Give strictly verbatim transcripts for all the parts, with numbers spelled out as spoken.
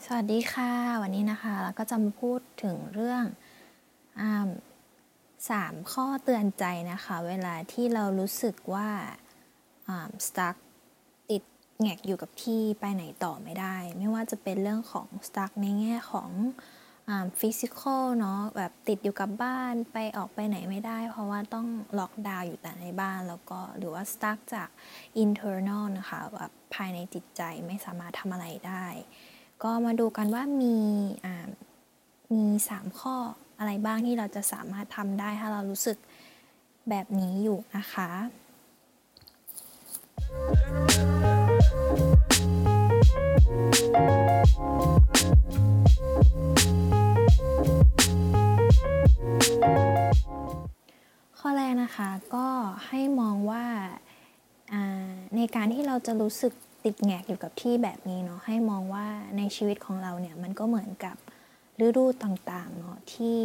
สวัสดีค่ะวันนี้นะคะเราก็จะมาพูดถึงเรื่องอ่าสามข้อเตือนใจนะคะเวลาที่เรารู้สึกว่าอ่า stuck ติดแงกอยู่กับที่ไปไหนต่อไม่ได้ไม่ว่าจะเป็นเรื่องของ stuck ในแง่ของอ่า physical เนาะแบบติดอยู่กับบ้านไปออกไปไหนไม่ได้เพราะว่าต้องล็อกดาวน์อยู่แต่ในบ้านแล้วก็หรือว่า stuck จาก internal นะคะแบบภายในจิตใจไม่สามารถทำอะไรได้ก็มาดูกันว่ามีอ่ามีสามข้ออะไรบ้างที่เราจะสามารถทำได้ถ้าเรารู้สึกแบบนี้อยู่นะคะข้อแรกนะคะก็ให้มองว่าในการที่เราจะรู้สึกติดแงกอยู่กับที่แบบนี้เนาะให้มองว่าในชีวิตของเราเนี่ยมันก็เหมือนกับฤดูต่างๆเนาะที่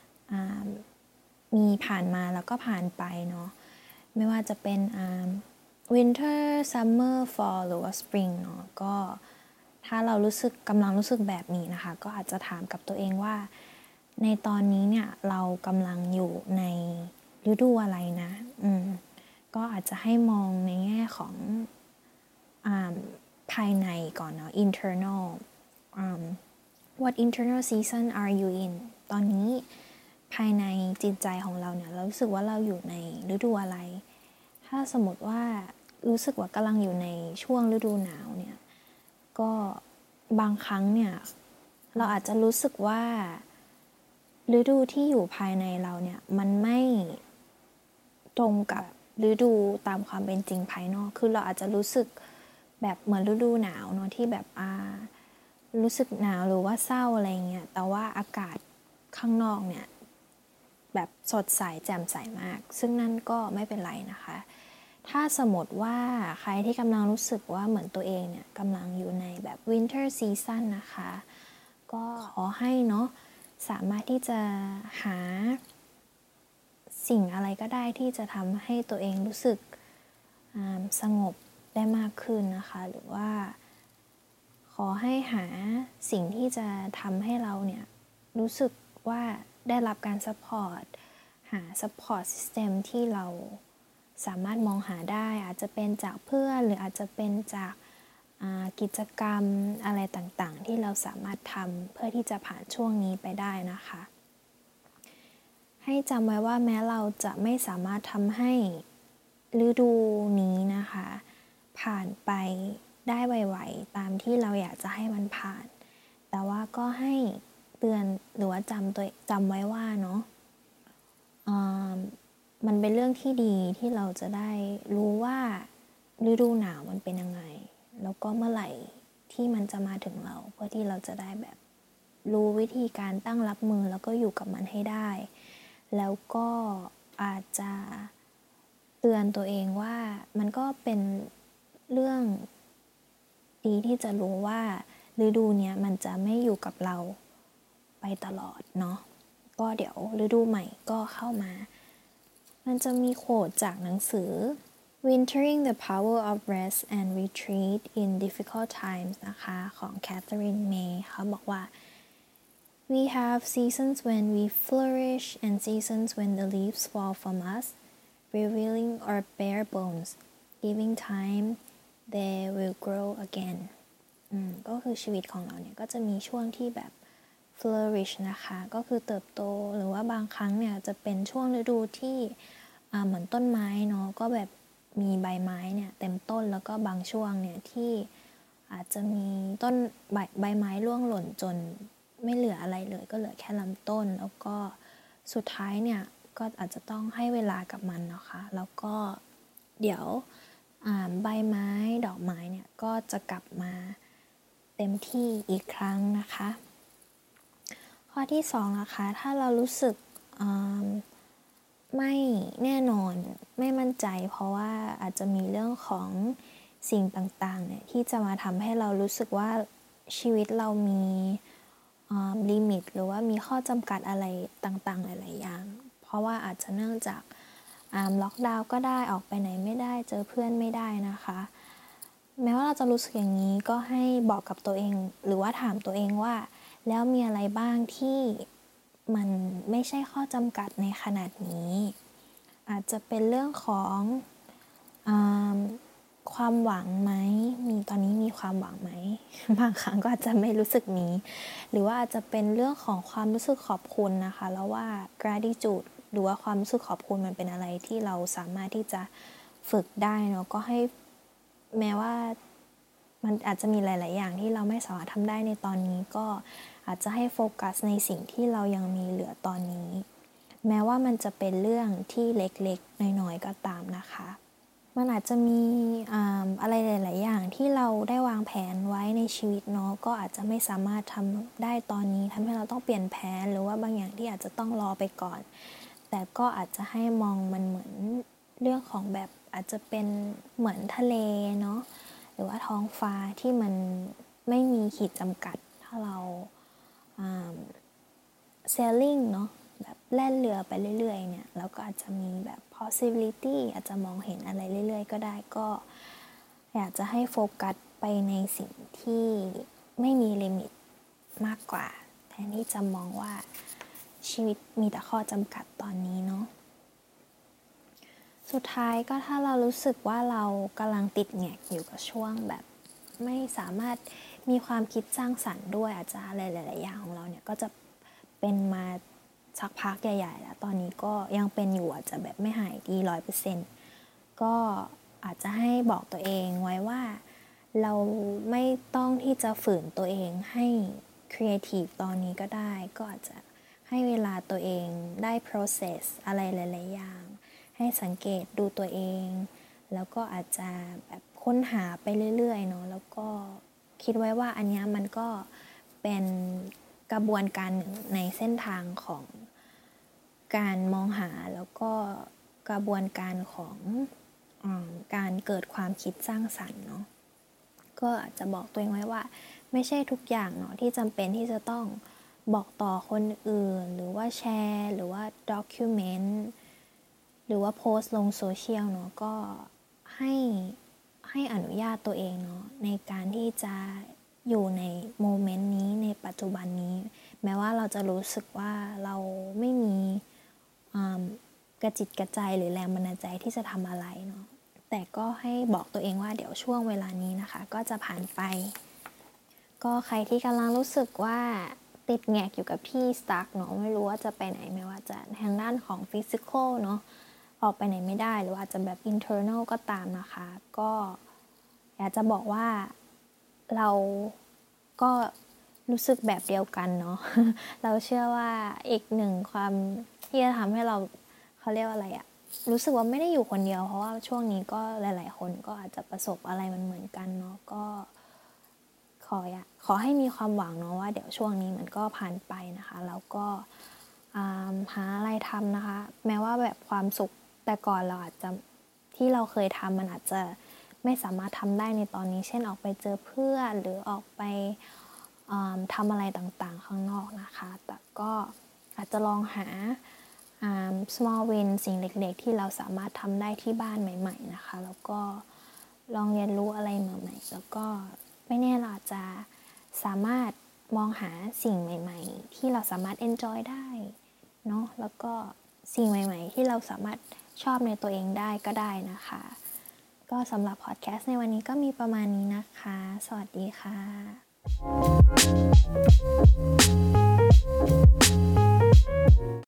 มีผ่านมาแล้วก็ผ่านไปเนาะไม่ว่าจะเป็น winter summer fall หรือว่า spring เนาะก็ถ้าเรารู้สึกกำลังรู้สึกแบบนี้นะคะก็อาจจะถามกับตัวเองว่าในตอนนี้เนี่ยเรากำลังอยู่ในฤดูอะไรนะอืมก็อาจจะให้มองในแง่ของภายในก่อนเนาะ internal what internal season are you in ตอนนี้ภายในจิตใจของเราเนี่ยเรารู้สึกว่าเราอยู่ในฤดูอะไรถ้าสมมติว่ารู้สึกว่ากำลังอยู่ในช่วงฤดูหนาวเนี่ยก็บางครั้งเนี่ยเราอาจจะรู้สึกว่าฤดูที่อยู่ภายในเราเนี่ยมันไม่ตรงกับฤดูตามความเป็นจริงภายนอกคือเราอาจจะรู้สึกแบบเหมือนฤดูหนาวเนาะที่แบบอ่ารู้สึกหนาวหรือว่าเศร้าอะไรเงี้ยแต่ว่าอากาศข้างนอกเนี่ยแบบสดใสแจ่มใสมากซึ่งนั่นก็ไม่เป็นไรนะคะถ้าสมมติว่าใครที่กำลังรู้สึกว่าเหมือนตัวเองเนี่ยกำลังอยู่ในแบบ winter season นะคะก็ขอให้เนาะสามารถที่จะหาสิ่งอะไรก็ได้ที่จะทำให้ตัวเองรู้สึกสงบได้มากขึ้นนะคะหรือว่าขอให้หาสิ่งที่จะทำให้เราเนี่ยรู้สึกว่าได้รับการซัพพอร์ตหาซัพพอร์ตซิสเต็มที่เราสามารถมองหาได้อาจจะเป็นจากเพื่อนหรืออาจจะเป็นจากกิจกรรมอะไรต่างๆที่เราสามารถทำเพื่อที่จะผ่านช่วงนี้ไปได้นะคะให้จำไว้ว่าแม้เราจะไม่สามารถทำให้ฤดูนี้นะคะผ่านไปได้ไวๆตามที่เราอยากจะให้มันผ่านแต่ว่าก็ให้เตือนหรือว่าจำตัวจำไว้ว่าเนาะมันเป็นเรื่องที่ดีที่เราจะได้รู้ว่าฤดูหนาวมันเป็นยังไงแล้วก็เมื่อไหร่ที่มันจะมาถึงเราเพื่อที่เราจะได้แบบรู้วิธีการตั้งรับมือแล้วก็อยู่กับมันให้ได้แล้วก็อาจจะเตือนตัวเองว่ามันก็เป็นเรื่องดีที่จะรู้ว่าฤดูเนี้ยมันจะไม่อยู่กับเราไปตลอดเนาะก็เดี๋ยวฤดูใหม่ก็เข้ามามันจะมีโค้ดจากหนังสือ Wintering the Power of Rest and Retreat in Difficult Times นะคะของ Catherine May เขาบอกว่า We have seasons when we flourish and seasons when the leaves fall from us, revealing our bare bones, giving time they will grow again ก็คือชีวิตของเราเนี่ยก็จะมีช่วงที่แบบ flourish นะคะก็คือเติบโตหรือว่าบางครั้งเนี่ยจะเป็นช่วงฤดูที่เหมือนต้นไม้เนาะก็แบบมีใบไม้เนี่ยเต็มต้นแล้วก็บางช่วงเนี่ยที่อาจจะมีต้นใบใบไม้ร่วงหล่นจนไม่เหลืออะไรเลยก็เหลือแค่ลำต้นแล้วก็สุดท้ายเนี่ยก็อาจจะต้องให้เวลากับมันนะคะแล้วก็เดี๋ยวใบไม้ดอกไม้เนี่ยก็จะกลับมาเต็มที่อีกครั้งนะคะข้อที่สองนะคะถ้าเรารู้สึกไม่แน่นอนไม่มั่นใจเพราะว่าอาจจะมีเรื่องของสิ่งต่างๆเนี่ยที่จะมาทำให้เรารู้สึกว่าชีวิตเรามีลิมิตหรือว่ามีข้อจำกัดอะไรต่างๆหลายๆอย่างเพราะว่าอาจจะเนื่องจากล็อกดาวน์ก็ได้ออกไปไหนไม่ได้เจอเพื่อนไม่ได้นะคะแม้ว่าเราจะรู้สึกอย่างนี้ก็ให้บอกกับตัวเองหรือว่าถามตัวเองว่าแล้วมีอะไรบ้างที่มันไม่ใช่ข้อจำกัดในขนาดนี้อาจจะเป็นเรื่องของอ่าความหวังไหมมีตอนนี้มีความหวังไหมบางครั้งก็อาจจะไม่รู้สึกมีหรือว่าอาจจะเป็นเรื่องของความรู้สึกขอบคุณนะคะแล้วว่า gratitude หรือว่าความรู้สึกขอบคุณมันเป็นอะไรที่เราสามารถที่จะฝึกได้เนาะก็ให้แม้ว่ามันอาจจะมีหลาย ๆ อย่างที่เราไม่สามารถทำได้ในตอนนี้ก็อาจจะให้โฟกัสในสิ่งที่เรายังมีเหลือตอนนี้แม้ว่ามันจะเป็นเรื่องที่เล็ก ๆ น้อย ๆ ก็ตามนะคะมันอาจจะมีอะไรหลาย ๆ อย่างที่เราได้วางแผนไว้ในชีวิตเนาะก็อาจจะไม่สามารถทำได้ตอนนี้ทำให้เราต้องเปลี่ยนแผนหรือว่าบางอย่างที่อาจจะต้องรอไปก่อนแต่ก็อาจจะให้มองมันเหมือนเรื่องของแบบอาจจะเป็นเหมือนทะเลเนาะหรือว่าท้องฟ้าที่มันไม่มีขีดจำกัดถ้าเราเซลลิงเนาะแบบแล่นเรือไปเรื่อยๆเนี่ยแล้วก็อาจจะมีแบบ possibility อาจจะมองเห็นอะไรเรื่อยๆก็ได้ก็อยากจะให้โฟกัสไปในสิ่งที่ไม่มีลิมิตมากกว่าแทนที่จะมองว่าชีวิตมีแต่ข้อจำกัดตอนนี้เนาะสุดท้ายก็ถ้าเรารู้สึกว่าเรากำลังติดแงกอยู่กับช่วงแบบไม่สามารถมีความคิดสร้างสรรค์ด้วยอาจจะอะไรหลายๆอย่างของเราเนี่ยก็จะเป็นมาสักพักใหญ่ๆแล้วตอนนี้ก็ยังเป็นอยู่อาจจะแบบไม่หายดี ร้อยเปอร์เซ็นต์ ก็อาจจะให้บอกตัวเองไว้ว่าเราไม่ต้องที่จะฝืนตัวเองให้ครีเอทีฟตอนนี้ก็ได้ก็อาจจะให้เวลาตัวเองได้ process อะไรหลายๆอย่างให้สังเกตดูตัวเองแล้วก็อาจจะแบบค้นหาไปเรื่อยๆเนาะแล้วก็คิดไว้ว่าอันนี้มันก็เป็นกระบวนการหนึ่งในเส้นทางของการมองหาแล้วก็กระบวนการของการเกิดความคิดสร้างสรรค์เนาะก็อาจจะบอกตัวเองไว้ว่าไม่ใช่ทุกอย่างเนาะที่จำเป็นที่จะต้องบอกต่อคนอื่นหรือว่าแชร์หรือว่าด็อกิวเมนต์หรือว่าโพสต์ลงโซเชียลเนาะก็ให้ให้อนุญาตตัวเองเนาะในการที่จะอยู่ในโมเมนต์นี้ในปัจจุบันนี้แม้ว่าเราจะรู้สึกว่าเราไม่มีกระจิตกระใจหรือแรงบันดาลใจที่จะทำอะไรเนาะแต่ก็ให้บอกตัวเองว่าเดี๋ยวช่วงเวลานี้นะคะก็จะผ่านไปก็ใครที่กำลังรู้สึกว่าติดแงกอยู่กับที่สตั๊กเนาะไม่รู้ว่าจะไปไหนไม่ว่าจะทางด้านของฟิสิกอลเนาะออกไปไหนไม่ได้หรือว่าจะแบบ internal ก็ตามนะคะก็อยากจะบอกว่าเราก็รู้สึกแบบเดียวกันเนาะเราเชื่อว่าอีกหนึ่งความที่จะทำให้เราเขาเรียกว่าอะไรอะรู้สึกว่าไม่ได้อยู่คนเดียวเพราะว่าช่วงนี้ก็หลายๆคนก็อาจจะประสบอะไรมันเหมือนกันเนาะก็ขออยากขอให้มีความหวังเนาะว่าเดี๋ยวช่วงนี้มันก็ผ่านไปนะคะแล้วก็หาอะไรทำนะคะแม้ว่าแบบความสุขแต่ก่อนเราอาจจะที่เราเคยทำมันอาจจะไม่สามารถทำได้ในตอนนี้เช่นออกไปเจอเพื่อนหรือออกไปทำอะไรต่างๆข้างนอกนะคะแต่ก็อาจจะลองหา small win สิ่งเล็กๆที่เราสามารถทำได้ที่บ้านใหม่ๆนะคะแล้วก็ลองเรียนรู้อะไรใหม่ๆแล้วก็ไม่แน่เราอาจจะสามารถมองหาสิ่งใหม่ๆที่เราสามารถ enjoy ได้เนาะแล้วก็สิ่งใหม่ๆที่เราสามารถชอบในตัวเองได้ก็ได้นะคะก็สำหรับพอดแคสต์ในวันนี้ก็มีประมาณนี้นะคะสวัสดีค่ะ